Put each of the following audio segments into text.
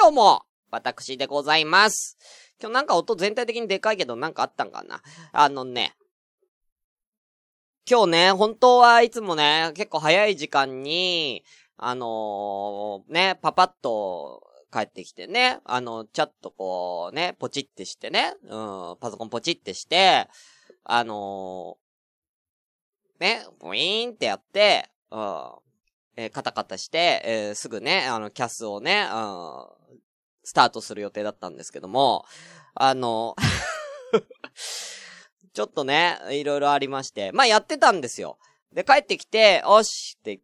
どうも、私でございます。今日なんか音全体的にでかいけどなんかあったんかな。今日ね、本当はいつもね、結構早い時間に、パパッと帰ってきてね、チャットこうね、ポチってしてね、パソコンポチってして、ブイーンってやって、カタカタして、すぐね、キャスをね、スタートする予定だったんですけども、ちょっとね、いろいろありまして、まあ、やってたんですよ。で、帰ってきて、おしって言って、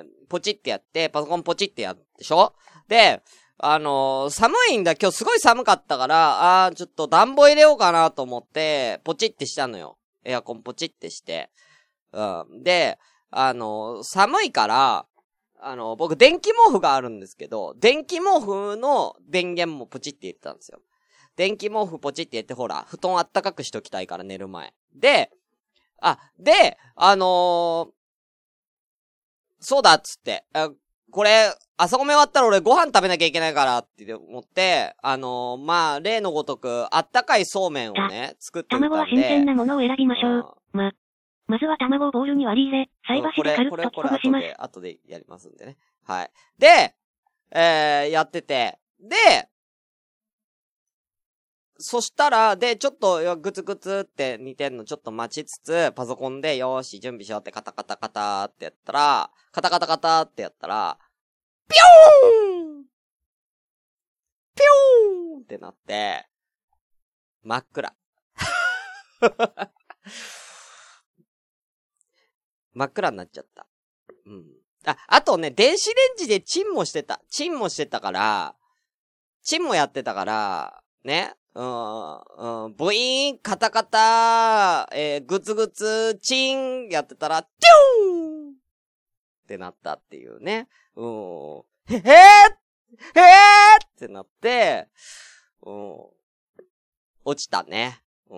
ポチってやって、パソコンポチってやってでしょ？で、寒いんだ、今日すごい寒かったから、ちょっと暖房入れようかなと思って、ポチってしたのよ。エアコンポチってして。で、寒いから、僕電気毛布があるんですけど、電気毛布の電源もポチって入れたんですよ。電気毛布ポチって入れて、ほら、布団あったかくしときたいから寝る前。で、そうだっつって、これ、朝ごめ終わったら俺ご飯食べなきゃいけないからって思って、例のごとく、あったかいそうめんをね、作ってみたんで。 卵は新鮮なものを選びましょう。まずは卵をボウルに割り入れ、菜箸で軽く溶きほぐします。 後でやりますんでね。はい。で、やってて、で、そしたら、で、ちょっと、グツグツって似てんのちょっと待ちつつ、パソコンで、よーし、準備しようってカタカタカタってやったら、カタカタカタってやったら、ピョーンピョーンってなって、真っ暗。真っ暗になっちゃった。あとね、電子レンジでチンもしてたから、チンもやってたから、ね。ブイーン、カタカタ、グツグツ、チン、やってたら、テューンってなったっていうね。へーってなって、落ちたね。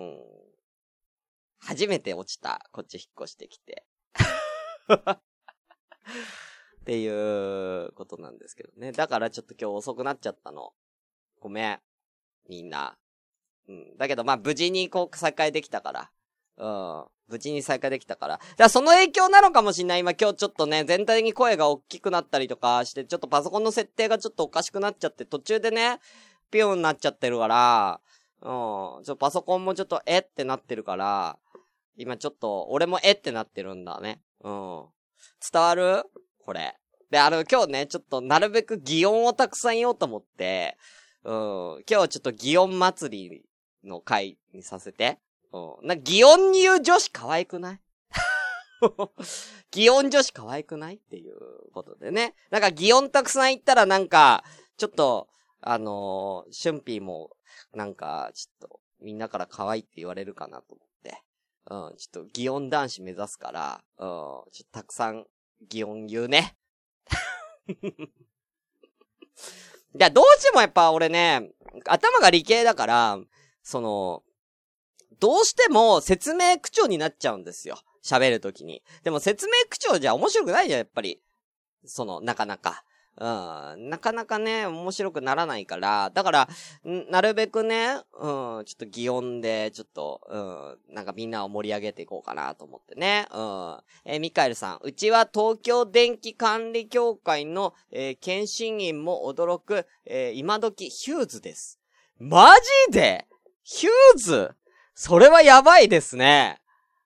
初めて落ちた。こっち引っ越してきて。っていうことなんですけどね。だからちょっと今日遅くなっちゃったの。ごめん。みんな。だけどまあ無事にこう再開できたから。無事に再開できたから。だからその影響なのかもしんない。今今日ちょっとね、全体的に声が大きくなったりとかして、ちょっとパソコンの設定がちょっとおかしくなっちゃって、途中でね、ピヨンになっちゃってるから、パソコンもちょっとってなってるから、今ちょっと、俺もってなってるんだね。伝わる？これ。で、今日ね、ちょっとなるべく擬音をたくさん言おうと思って、今日ちょっと擬音祭りの回にさせて。擬音に言う女子可愛くない？擬音女子可愛くないっていうことでね。なんか擬音たくさん言ったらなんか、ちょっと、シュンピーも、なんか、ちょっと、みんなから可愛いって言われるかなと思って。ちょっと擬音男子目指すから、ちょっとたくさん擬音言うね。どうしてもやっぱ俺ね、頭が理系だから、どうしても説明口調になっちゃうんですよ。喋るときに。でも説明口調じゃ面白くないじゃん、やっぱり。なかなか。なかなかね、面白くならないから、だから、なるべくね、ちょっと擬音で、ちょっと、なんかみんなを盛り上げていこうかなと思ってね。ミカエルさん、うちは東京電気管理協会の、検診員も驚く、今時ヒューズです。マジで？ヒューズ？それはやばいですね。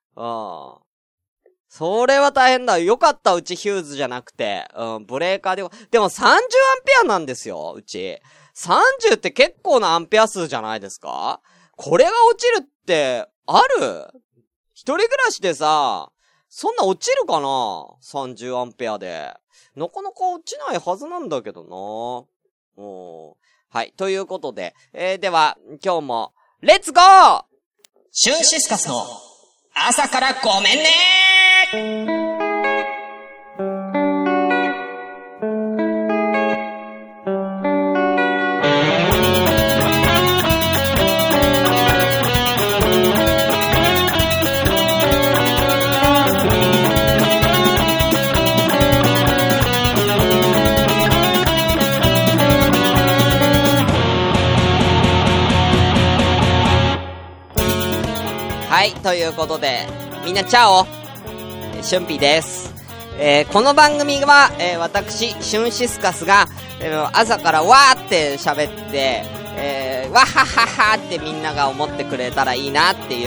それは大変だ。よかった、うちヒューズじゃなくて。ブレーカーでも30アンペアなんですよ、うち。30って結構なアンペア数じゃないですか？これが落ちるって、ある？一人暮らしでさ、そんな落ちるかな？ 30 アンペアで。なかなか落ちないはずなんだけどな。はい、ということで。では、今日も、レッツゴー！ シュンシスカスの朝からごめんねー。 はいということでみんなチャオ、シュンピです。この番組は、私シュンシスカスが、朝からわーって喋って、わはははってみんなが思ってくれたらいいなっていう、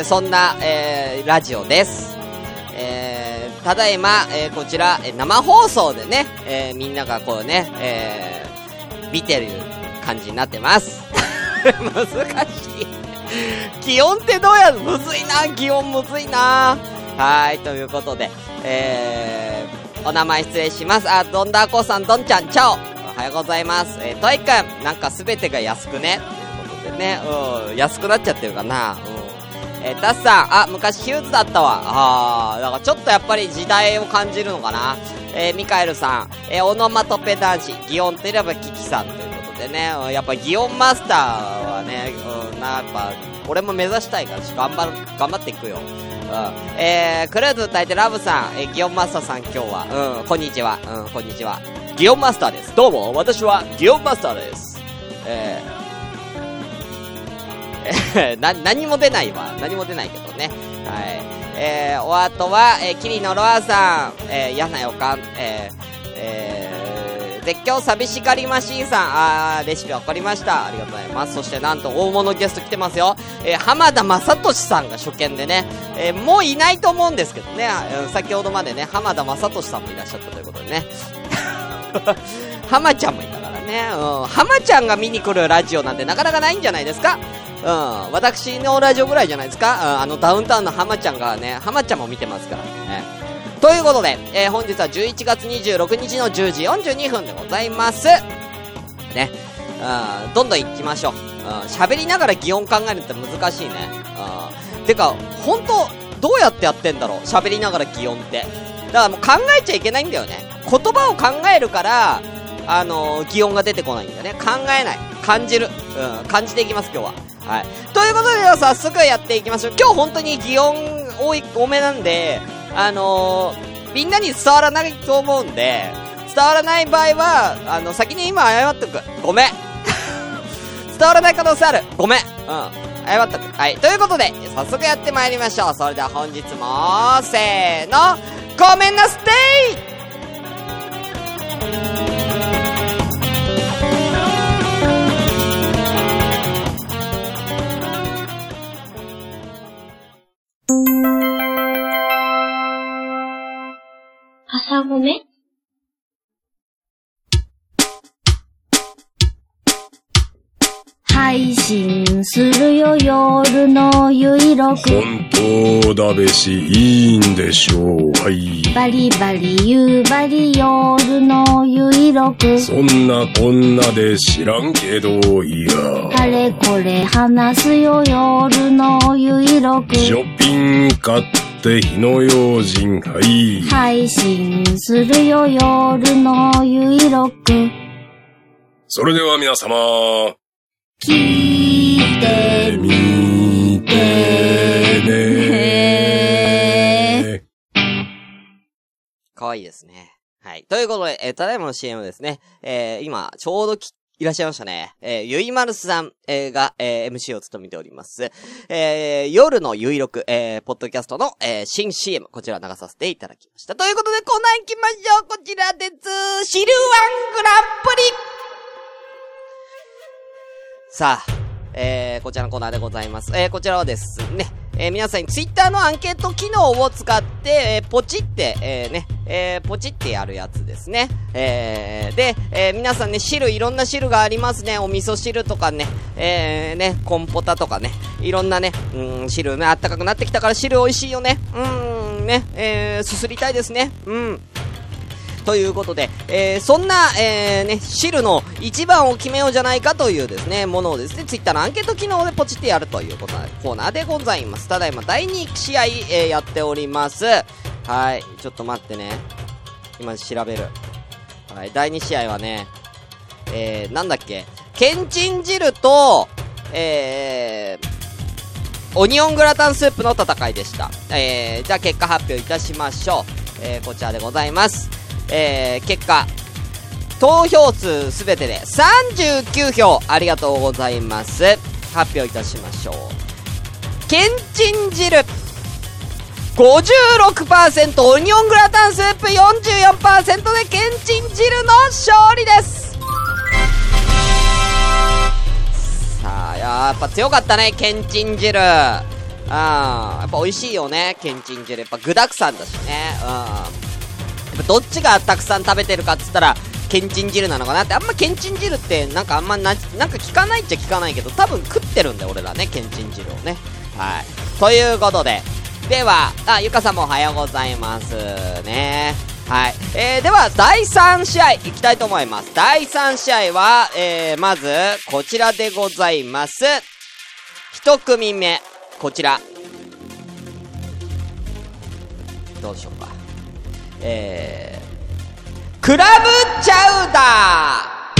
そんな、ラジオです。ただいま、こちら、生放送でね、みんながこうね、見てる感じになってます難しい気温ってどうやる？むずいな、気温むずいな。はい、ということで、お名前失礼します。ドンダーコさん、ドンちゃん、チャオ。おはようございます。トイくん、なんかすべてが安くね。ということでね、安くなっちゃってるかな。タスさん、昔ヒューズだったわ。だからちょっとやっぱり時代を感じるのかな。ミカエルさん、オノマトペ男子、擬音といえばキキさんということでね、やっぱ擬音マスターはね、やっぱ、俺も目指したいから、頑張っていくよ。クルーズ歌えてラブさん、擬音マスターさん今日は、こんにちは。こんにちは。擬音マスターです。どうも、私は擬音マスターです。何も出ないわ。何も出ないけどね。はい。お後は、キリノロアさん、嫌な予感、絶叫寂しがりマシーンさん、レシピわかりました。ありがとうございます。そしてなんと大物ゲスト来てますよ。浜田雅俊さんが初見でね、もういないと思うんですけどね、先ほどまでね、浜田雅俊さんもいらっしゃったということでね。浜ちゃんもいたからね。浜ちゃんが見に来るラジオなんてなかなかないんじゃないですか。私のラジオぐらいじゃないですか。ダウンタウンの浜ちゃんがね、浜ちゃんも見てますからね。ということで、本日は11月26日の10時42分でございます。ね。どんどん行きましょう。喋りながら擬音考えるって難しいね。てか、ほんと、どうやってやってんだろう、喋りながら擬音って。だからもう考えちゃいけないんだよね。言葉を考えるから、擬音が出てこないんだね。考えない。感じる。感じていきます、今日は。はい。ということで、早速やっていきましょう。今日本当に擬音多めなんで、みんなに伝わらないと思うんで、伝わらない場合は、先に今謝っとく。ごめん。伝わらない可能性ある。ごめん。謝っとく。はい。ということで、早速やってまいりましょう。それでは本日も、せーの、ごめんなステイ朝ごめ配信するよ夜のゆいろく本当だべしいいんでしょう。はい、 バリバリ夕張夜のゆいろくそんなこんなで知らんけどいやあれこれ話すよ夜のゆいろくショッピング買って火の用心はい配信するよ夜のゆいろくそれでは皆様聞いてみてね。 かわいいですね。はい。ということで、ただいまの CM ですね。今、ちょうどいらっしゃいましたね。ゆいまるさん、が、MC を務めております。夜のゆいろく、ポッドキャストの、新 CM、こちら流させていただきました。ということで、コーナー行きましょう。こちらです。シルワングランプリさあ、こちらのコーナーでございます。こちらはですね、皆さんにツイッターのアンケート機能を使って、ポチって、ポチってやるやつですね。で、皆さんね、汁、いろんな汁がありますね。お味噌汁とかね、コンポタとかね、いろんなね、汁ね、あったかくなってきたから汁美味しいよね。すすりたいですね。ということで、そんな、汁の一番を決めようじゃないかというですね、ものをですね、ツイッターのアンケート機能でポチってやるというコーナーでございます。ただいま第2試合、やっております。はい、ちょっと待ってね。今調べる。はい、第2試合はね、なんだっけ、けんちん汁と、オニオングラタンスープの戦いでした。じゃあ結果発表いたしましょう。こちらでございます。結果投票数すべてで39票ありがとうございます。発表いたしましょう。 けんちん汁 56%、オニオングラタンスープ 44% でけんちん汁の勝利です。さあ、やっぱ強かったね、けんちん汁。やっぱ美味しいよね、けんちん汁。やっぱ具沢山だしね。やっぱどっちがたくさん食べてるかっつったら、けんちん汁なのかなって。あんまけんちん汁ってなんかあんまなんか聞かないっちゃ聞かないけど、多分食ってるんだよ俺らね、けんちん汁をね。はい。ということで、では、ゆかさんもおはようございますね。はい。では、第3試合いきたいと思います。第3試合は、まず、こちらでございます。一組目、こちら。どうでしょうか。クラムチャウダ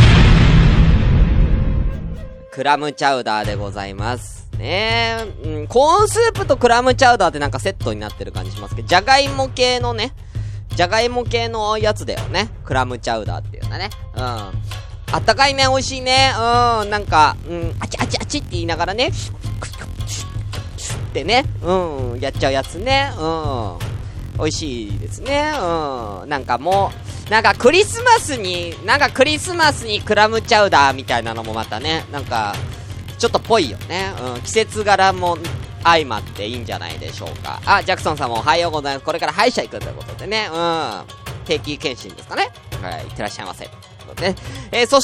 ークラムチャウダーでございますね。コーンスープとクラムチャウダーってなんかセットになってる感じしますけど、じゃがいも系のやつだよね、クラムチャウダーっていうのはね。あったかいね、美味しいね。なんかあちあちあちって言いながらね、ってね、やっちゃうやつね。美味しいですね。なんかもう、なんかクリスマスにクラムチャウダーみたいなのもまたね、なんか、ちょっとぽいよね。季節柄も相まっていいんじゃないでしょうか。ジャクソンさんもおはようございます。これから歯医者行くということでね。定期検診ですかね。はい、いってらっしゃいませ。そして、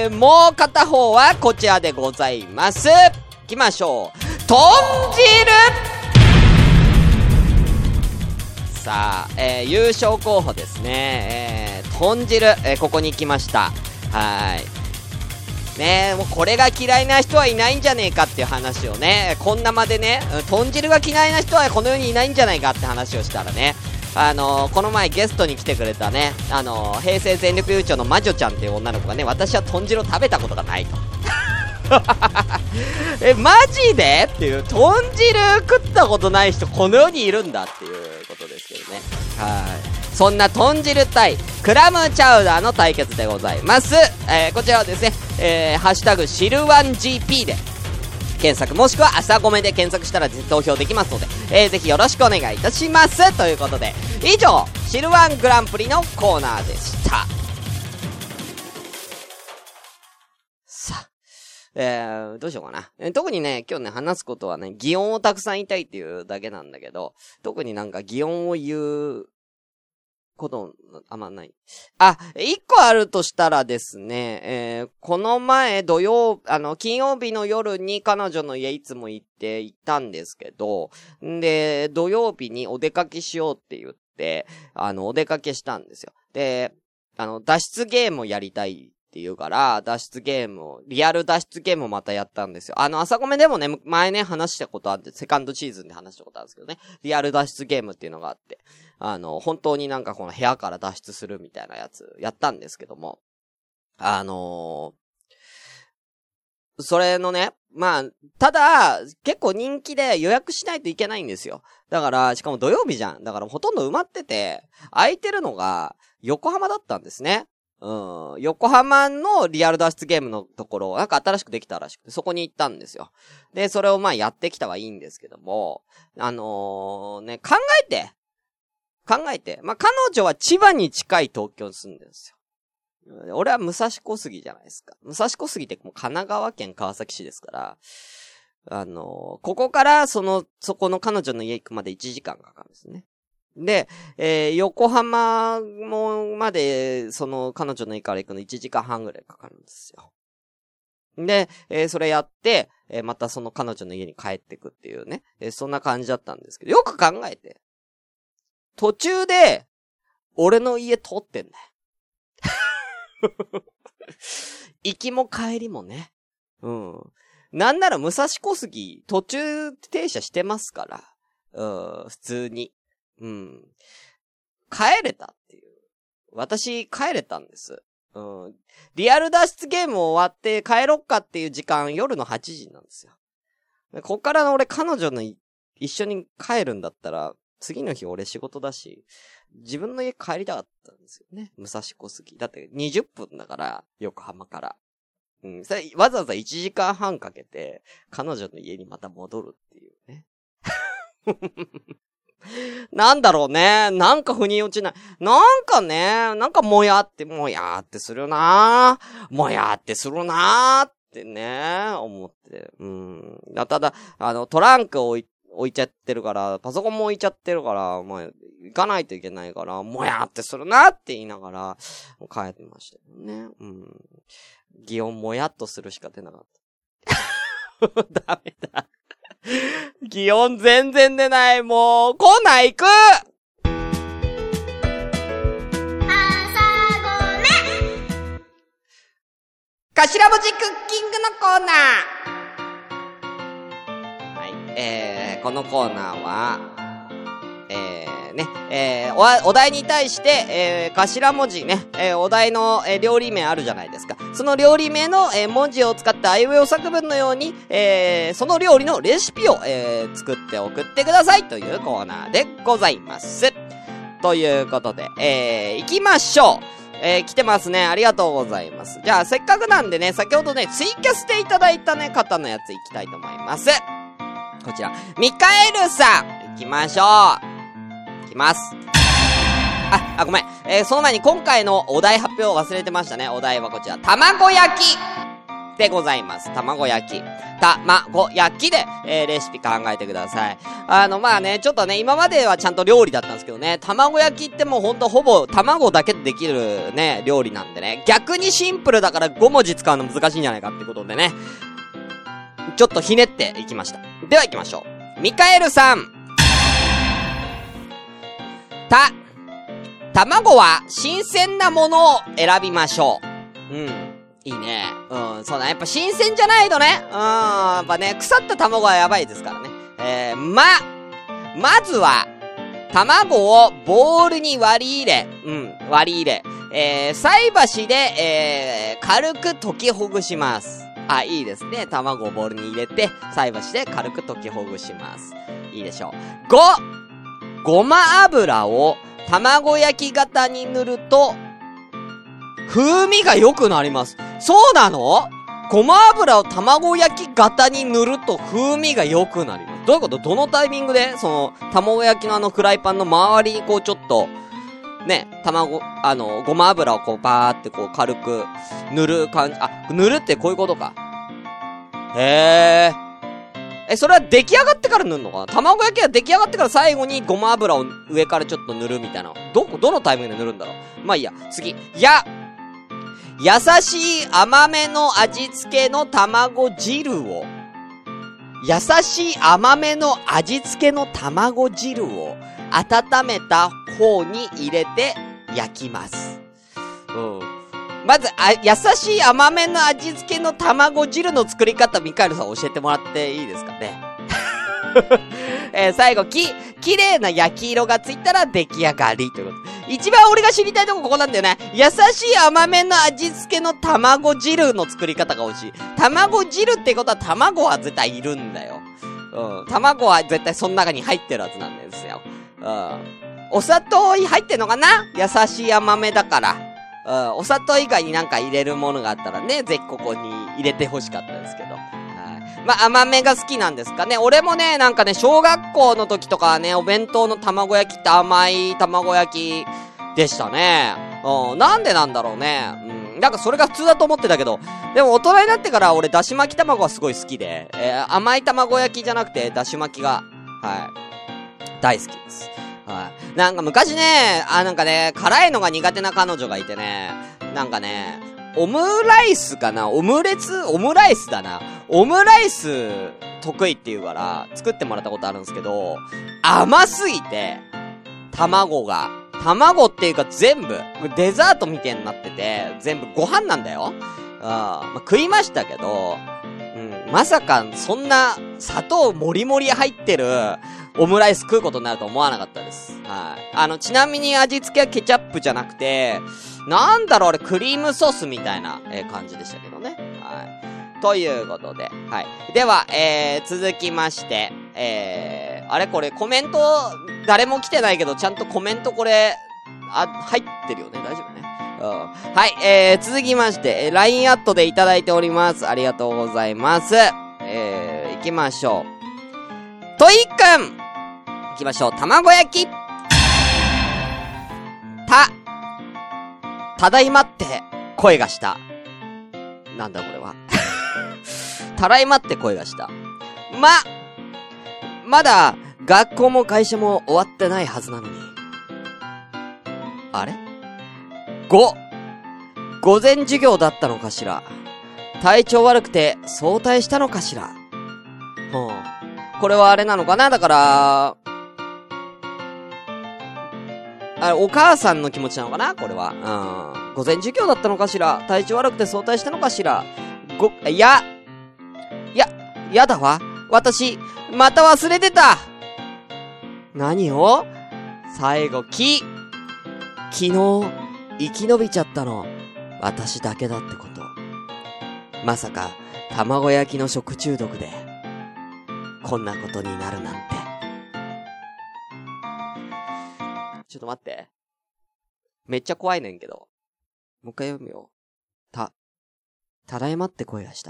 もう片方はこちらでございます。行きましょう。豚汁さあ、優勝候補ですね。豚汁、ここに来ました。はい。ね、もうこれが嫌いな人はいないんじゃねえかっていう話をね、こんなまでね、豚汁が嫌いな人はこの世にいないんじゃないかって話をしたらね、この前ゲストに来てくれたね、平成全力優勝の魔女ちゃんっていう女の子がね、私は豚汁を食べたことがないと。マジでっていう、豚汁食ったことない人この世にいるんだっていうことですけどね。はい。そんな豚汁対クラムチャウダーの対決でございます。こちらはですね、ハッシュタグシルワン GP で検索、もしくは朝ごめで検索したら投票できますので、ぜひよろしくお願いいたします。ということで、以上、シルワングランプリのコーナーでした。さあ、どうしようかな。特にね、今日ね、話すことはね、擬音をたくさん言いたいっていうだけなんだけど、特になんか擬音を言うこと、あんまない。一個あるとしたらですね、この前金曜日の夜に彼女の家いつも行ったんですけど、で、土曜日にお出かけしようって言って、お出かけしたんですよ。で、脱出ゲームをやりたいって言うから、リアル脱出ゲームをまたやったんですよ。朝ごめでもね、前ね、話したことあって、セカンドシーズンで話したことあるんですけどね、リアル脱出ゲームっていうのがあって、本当になんかこの部屋から脱出するみたいなやつ、やったんですけども、それのね、ただ、結構人気で予約しないといけないんですよ。だから、しかも土曜日じゃん。だからほとんど埋まってて、空いてるのが、横浜だったんですね。横浜のリアル脱出ゲームのところ、なんか新しくできたらしくて、そこに行ったんですよ。で、それをやってきたはいいんですけども、考えて、彼女は千葉に近い東京に住んでるんですよ。俺は武蔵小杉じゃないですか。武蔵小杉ってもう神奈川県川崎市ですから、ここからそこの彼女の家行くまで1時間かかるんですね。で、横浜まで、その彼女の家から行くの1時間半ぐらいかかるんですよ。で、それやって、またその彼女の家に帰ってくっていうね、そんな感じだったんですけど、よく考えて、途中で、俺の家通ってんだよ。行きも帰りもね。なんなら武蔵小杉、途中停車してますから、普通に。帰れたっていう。私、帰れたんです。リアル脱出ゲーム終わって帰ろっかっていう時間、夜の8時なんですよ。こっから俺彼女の一緒に帰るんだったら、次の日俺仕事だし、自分の家帰りたかったんですよね。武蔵小杉。だって20分だから、横浜から。 それわざわざ1時間半かけて、彼女の家にまた戻るっていうね。なんだろうね。なんか腑に落ちない。なんかね、なんかもやってするなぁ。もやってするなぁってね、思って。ただ、トランク置いちゃってるから、パソコンも置いちゃってるから、もう、行かないといけないから、もやってするなって言いながら、帰ってましたよね。擬音もやっとするしか出なかった。ダメだ。擬音全然出ない。もう、コーナー行く！頭文字クッキングのコーナー。はい。このコーナーは、お題に対して、頭文字ね、お題の、料理名あるじゃないですか。その料理名の、文字を使ったあいうえお作文のように、その料理のレシピを、作って送ってくださいというコーナーでございます。ということで、行きましょう。来てますね。ありがとうございます。じゃあ、せっかくなんでね、先ほどね、ツイキャスでいただいたね、方のやつ行きたいと思います。こちら、ミカエルさん、行きましょう。行きます。ごめん。その前に今回のお題発表を忘れてましたね。お題はこちら、卵焼きでございます。卵焼き。卵焼きで、レシピ考えてください。まあね、ちょっとね、今まではちゃんと料理だったんですけどね、卵焼きってもうほんとほぼ卵だけでできるね、料理なんでね、逆にシンプルだから5文字使うの難しいんじゃないかってことでね、ちょっとひねっていきました。では行きましょう。ミカエルさん。卵は新鮮なものを選びましょう。いいね。そうだね。やっぱ新鮮じゃないとね。やっぱね、腐った卵はやばいですからね。まずは、卵をボウルに割り入れ、菜箸で、軽く溶きほぐします。いいですね。卵をボウルに入れて、菜箸で軽く溶きほぐします。いいでしょう。ごま油を卵焼き型に塗ると、風味が良くなります。そうなの？ごま油を卵焼き型に塗ると風味が良くなります。どういうこと？どのタイミングでその、卵焼きのフライパンの周りにこうちょっと、ね、ごま油をこうバーってこう軽く塗る感じ。塗るってこういうことか。それは出来上がってから塗るのかな？卵焼きは出来上がってから最後にごま油を上からちょっと塗るみたいな。どのタイミングで塗るんだろう？まあいいや。次。優しい甘めの味付けの卵汁を、温めた方に入れて焼きます。まず、優しい甘めの味付けの卵汁の作り方、ミカエルさん教えてもらっていいですかね。最後、綺麗な焼き色がついたら出来上がりということ。一番俺が知りたいとここなんだよね。優しい甘めの味付けの卵汁の作り方が欲しい。卵汁ってことは卵は絶対いるんだよ。卵は絶対その中に入ってるはずなんですよ。お砂糖入ってんのかな？優しい甘めだから。お砂糖以外になんか入れるものがあったらね、ぜひここに入れて欲しかったですけど。まあ、甘めが好きなんですかね。俺もね、なんかね、小学校の時とかはね、お弁当の卵焼きって甘い卵焼きでしたね。なんでなんだろうね。なんかそれが普通だと思ってたけど、でも大人になってから俺だし巻き卵はすごい好きで、甘い卵焼きじゃなくてだし巻きが、大好きです。なんか昔ね、なんかね、辛いのが苦手な彼女がいてね、なんかね、オムライスかな？オムライスだな。オムライス得意って言うから作ってもらったことあるんですけど、甘すぎて、卵っていうか全部、デザートみたいになってて、全部ご飯なんだよ。食いましたけど、まさかそんな砂糖もりもり入ってるオムライス食うことになると思わなかったです。ちなみに味付けはケチャップじゃなくて、なんだろうあれクリームソースみたいな、感じでしたけどね。ということで、では、続きまして、これコメント誰も来てないけどちゃんとコメントこれ入ってるよね。大丈夫ね。 はい、続きまして、LINE アットでいただいております。ありがとうございます。行きましょう。トイくん行きましょう。卵焼きただいまって声がした。なんだこれは。ただいまって声がした。まだ学校も会社も終わってないはずなのに。あれ？午前授業だったのかしら。体調悪くて早退したのかしら。これはあれなのかな？だからお母さんの気持ちなのかなこれは。午前授業だったのかしら。体調悪くて早退したのかしら。やだわ。私、また忘れてた。何を？最後、昨日、生き延びちゃったの。私だけだってこと。まさか、卵焼きの食中毒で、こんなことになるなんて。ちょっと待って。めっちゃ怖いねんけど。もう一回読むよ。ただいまって声がした。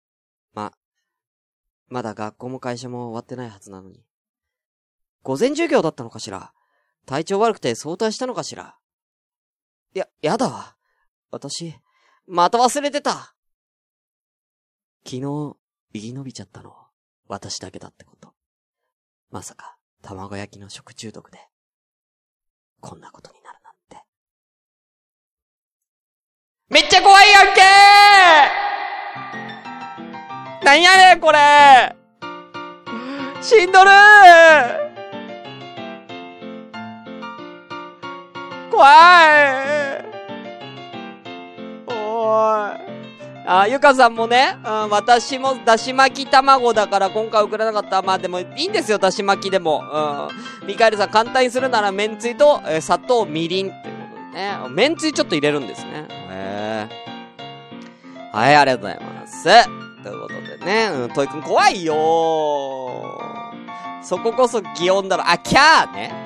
まだ学校も会社も終わってないはずなのに。午前授業だったのかしら。体調悪くて早退したのかしら。やだわ。私、また忘れてた。昨日、生き延びちゃったの。私だけだってこと。まさか、卵焼きの食中毒で、こんなことになるなんて。めっちゃ怖いやんけー！なんやねんこれ！死んどるー！怖い！ゆかさんもね、私もだし巻き卵だから今回送らなかった。まあでもいいんですよ、だし巻きでも。ミカエルさん簡単にするならめんつゆと、砂糖、みりんっていうことでね。めんつゆちょっと入れるんですね。はい、ありがとうございます。ということでね、トイくん怖いよー。そここそ擬音だろ。キャーね。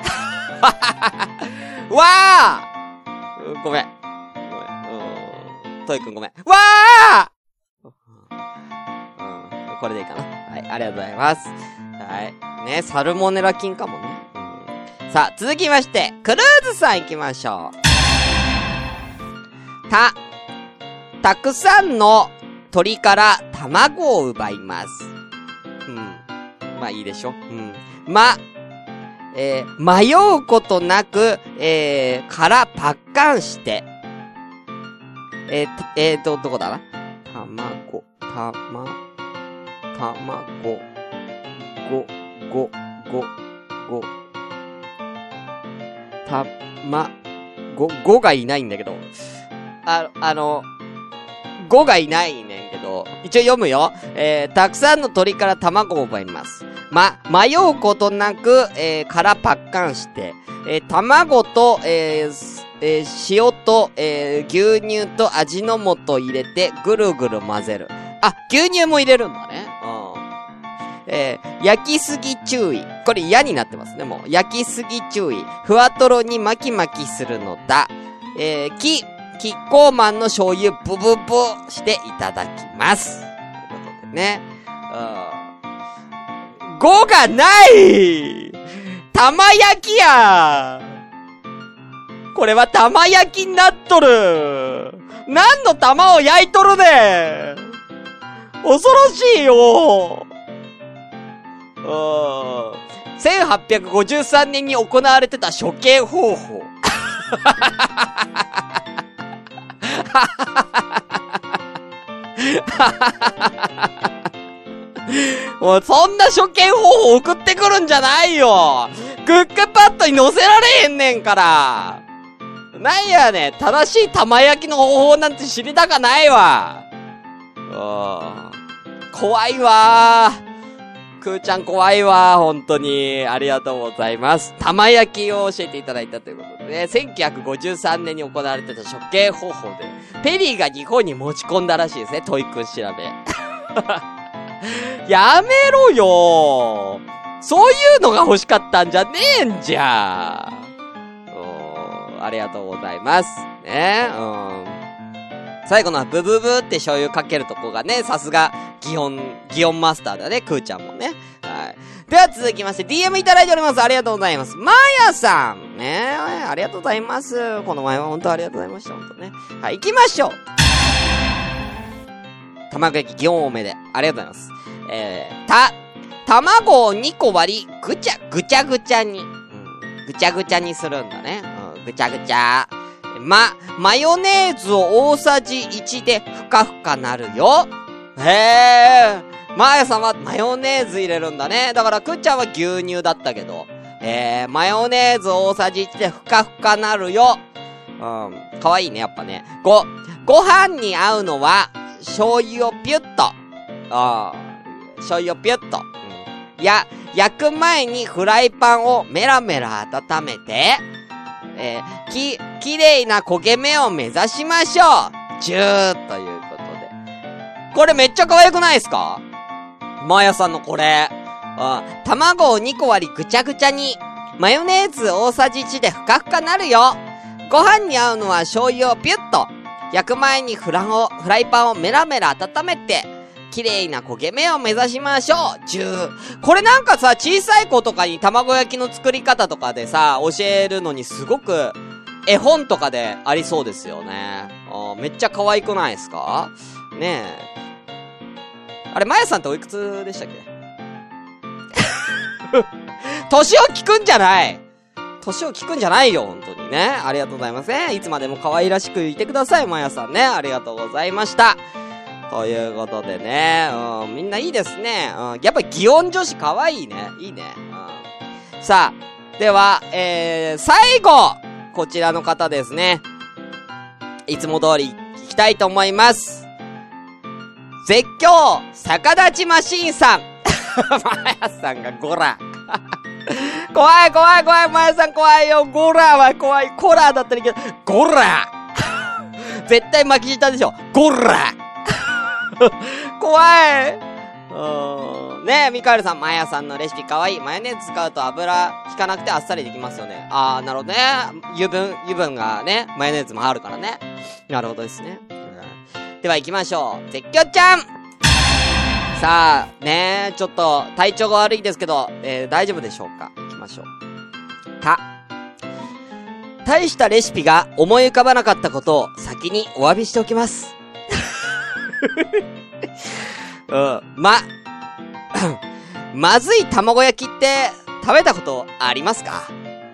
わー！ごめん。トイくんごめん。わー！これでいいかな。はい、ありがとうございます。はい。ね、サルモネラ菌かもね。さあ、続きまして、クルーズさん行きましょう。たくさんの鳥から卵を奪います。まあいいでしょ。迷うことなく、殻パッカンして、どこだな？卵、5がいないんだけど。5がいないねんけど、一応読むよ。たくさんの鳥から卵を奪います。迷うことなく、殻パッカンして、卵と、塩と、牛乳と味の素入れてぐるぐる混ぜる。牛乳も入れるんだね。焼きすぎ注意。これ嫌になってますね、もう。焼きすぎ注意。ふわとろに巻き巻きするのだ。キッコーマンの醤油ブブブしていただきます。ということでね。5がない玉焼きやこれは玉焼きになっとる何の玉を焼いとるね恐ろしいよ1853年に行われてた処刑方法。もうそんな処刑方法送ってくるんじゃないよ。クックパッドに載せられへんねんから。なんやねん、正しい玉焼きの方法なんて知りたかないわ。怖いわー。くーちゃん怖いわー、本当に。ありがとうございます。玉焼きを教えていただいたということでね、1953年に行われてた処刑方法で、ペリーが日本に持ち込んだらしいですね、トイくん調べ。やめろよー。そういうのが欲しかったんじゃねえんじゃ。 ありがとうございます。ね。最後のブブブって醤油かけるとこがね、さすが、擬音マスターだね、くーちゃんもね。はい。では続きまして、DM いただいております。ありがとうございます。まやさん。ね。ありがとうございます。この前は本当ありがとうございました。本当ね。はい、行きましょう。卵焼き擬音多めで。ありがとうございます。卵を2個割り、ぐちゃぐちゃに。ぐちゃぐちゃにするんだね。ぐちゃぐちゃ。マヨネーズを大さじ1でふかふかなるよ。へー。マーヤさんはマヨネーズ入れるんだね。だからくっちゃんは牛乳だったけど。マヨネーズ大さじ1でふかふかなるよ。かわいいね、やっぱね。ご飯に合うのは、醤油をピュッと。醤油をピュッと。焼く前にフライパンをメラメラ温めて、きれいな焦げ目を目指しましょう。ジューということで。これめっちゃ可愛くないですか？マーヤさんのこれ。卵を2個割りぐちゃぐちゃに。マヨネーズ大さじ1でふかふかなるよ。ご飯に合うのは醤油をピュッと。焼く前にフライパンをメラメラ温めて、綺麗な焦げ目を目指しましょう。ジュー。これなんかさ、小さい子とかに卵焼きの作り方とかでさ、教えるのにすごく絵本とかでありそうですよね。めっちゃ可愛くないですか？ねえ。あれ、まやさんっておいくつでしたっけ？年を聞くんじゃないよ、本当にね。ありがとうございますね。いつまでも可愛らしくいてください、まやさんね。ありがとうございました。ということでね、みんないいですね。やっぱり擬音女子可愛いね。いいね。さあ、では、最後、こちらの方ですね。いつも通り行きたいと思います。絶叫、逆立ちマシーンさん。まやさんがゴラ。怖い、まやさん怖いよ。ゴラは怖い。コラーだったらいいけど、ゴラ絶対巻き舌でしょ。ゴラ怖い。ねえ、ミカエルさん、マヤさんのレシピかわいい。マヨネーズ使うと油引かなくてあっさりできますよね。なるほどね。油分がね、マヨネーズもあるからね。なるほどですね。では行きましょう。絶叫ちゃん。さあ、ねえ、ちょっと体調が悪いですけど、大丈夫でしょうか？行きましょう。大したレシピが思い浮かばなかったことを先にお詫びしておきます。まずい卵焼きって食べたことありますか？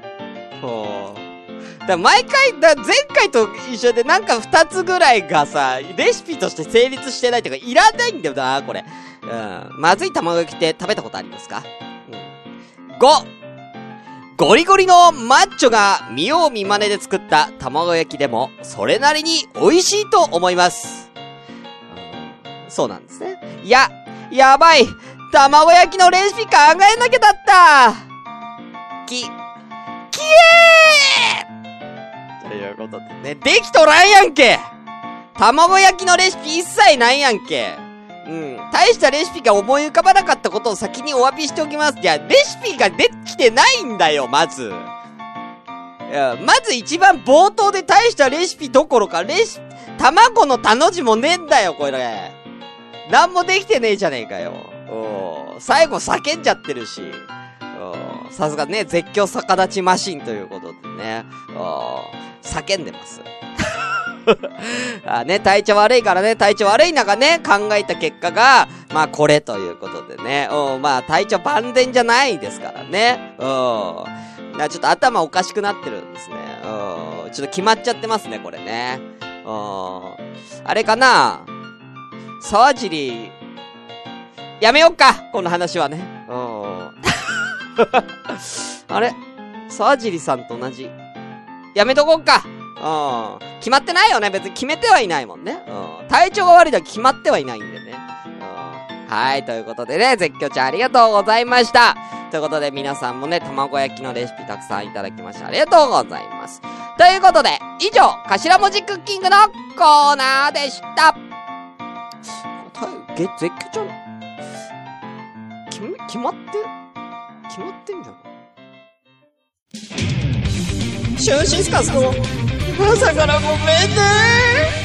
前回と一緒でなんか2つぐらいがさ、レシピとして成立してないというか、いらないんだよな、これ。まずい卵焼きって食べたことありますか？5、ゴリゴリのマッチョが見よう見まねで作った卵焼きでも、それなりに美味しいと思います。そうなんですね。やばい。卵焼きのレシピ考えなきゃだった。きえーということでね、できとらんやんけ。卵焼きのレシピ一切ないやんけ。大したレシピが思い浮かばなかったことを先にお詫びしておきます。いや、レシピができてないんだよ、まず。まず一番冒頭で大したレシピどころか、卵のたの字もねえんだよ、これ。なんもできてねえじゃねえかよ。最後叫んじゃってるし。さすがね、絶叫逆立ちマシンということでね。叫んでます。ね、体調悪いからね、体調悪い中ね、考えた結果が、まあこれということでね。まあ体調万全じゃないですからね。ちょっと頭おかしくなってるんですね。ちょっと決まっちゃってますね、これね。あれかな？沢尻、やめよっかこの話はね。あれ沢尻さんと同じ。やめとこっか。決まってないよね。別に決めてはいないもんね。体調が悪いだけ決まってはいないんでね。はい、ということでね、絶叫ちゃんありがとうございました。ということで皆さんもね、卵焼きのレシピたくさんいただきました。ありがとうございます。ということで、以上、頭文字クッキングのコーナーでした。絶叫ちゃん、決まってんじゃん。 シュンシスカスの朝からごめんね。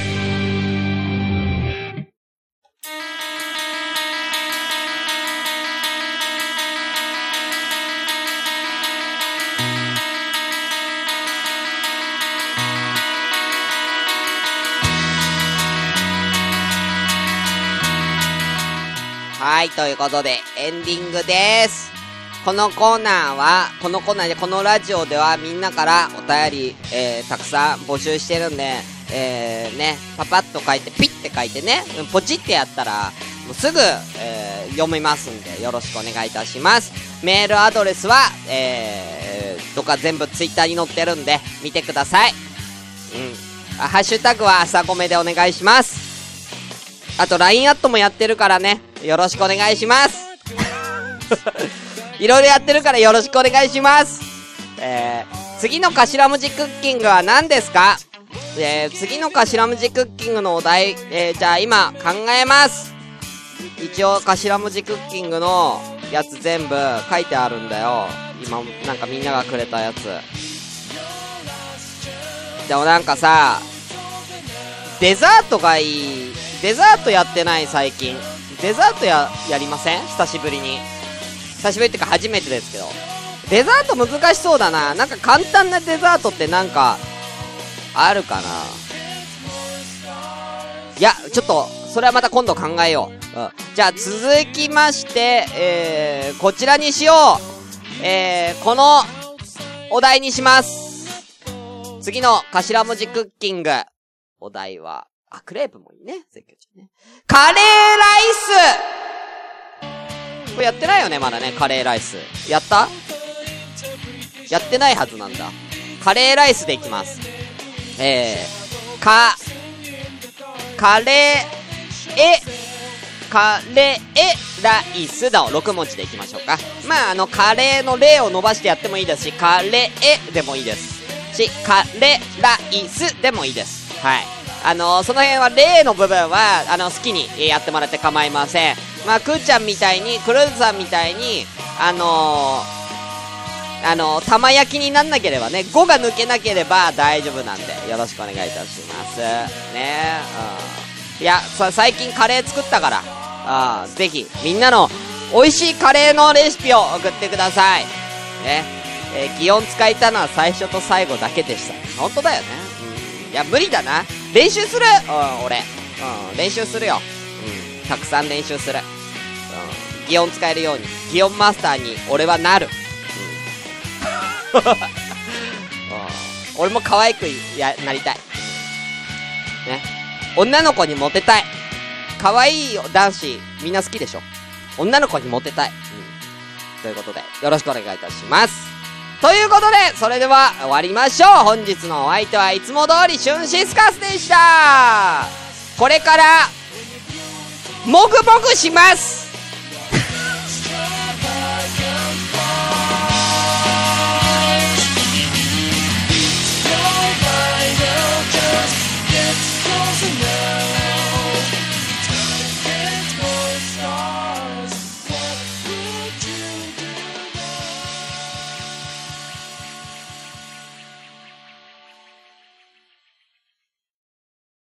はい、ということで、エンディングです。このラジオではみんなからお便り、たくさん募集してるんで、パパッと書いて、ピッて書いてね、ポチってやったら、もうすぐ、読みますんで、よろしくお願いいたします。メールアドレスは、とか全部ツイッターに載ってるんで、見てください。ハッシュタグは朝ごめでお願いします。あと LINE アットもやってるからね、よろしくお願いします。いろいろやってるからよろしくお願いします。次の頭文字クッキングは何ですか？次の頭文字クッキングのお題、じゃあ今考えます。一応頭文字クッキングのやつ全部書いてあるんだよ。今なんかみんながくれたやつ。でもなんかさ、デザートがいい。デザートやってない最近。デザートやりません？久しぶりに。久しぶりってか初めてですけど。デザート難しそうだな。なんか簡単なデザートってなんか、あるかな。いや、ちょっと、それはまた今度考えよう。じゃあ続きまして、こちらにしよう。この、お題にします。次の頭文字クッキング。お題は、クレープもいいね。カレーライス！これやってないよね、まだね、カレーライス。やった？やってないはずなんだ。カレーライスでいきます。カレーライスだを6文字でいきましょうか。まあ、カレーのレを伸ばしてやってもいいですし、カレーでもいいですし、カレーライスでもいいです。はい。その辺は例の部分は好きにやってもらって構いません。まあ、くーちゃんみたいに、クルーズさんみたいに玉焼きになんなければね、5が抜けなければ大丈夫なんでよろしくお願いいたしますね。いや最近カレー作ったからぜひみんなの美味しいカレーのレシピを送ってくださいね。擬音使えたのは最初と最後だけでした。本当だよね。いや無理だな。練習する。俺練習するよ。たくさん練習する。擬音使えるように擬音マスターに俺はなる。俺も可愛くなりたい。ね。女の子にモテたい。可愛い男子みんな好きでしょ。女の子にモテたい。ということでよろしくお願いいたします。ということでそれでは終わりましょう。本日のお相手はいつも通りシュンシスカスでした。これからもぐもぐします。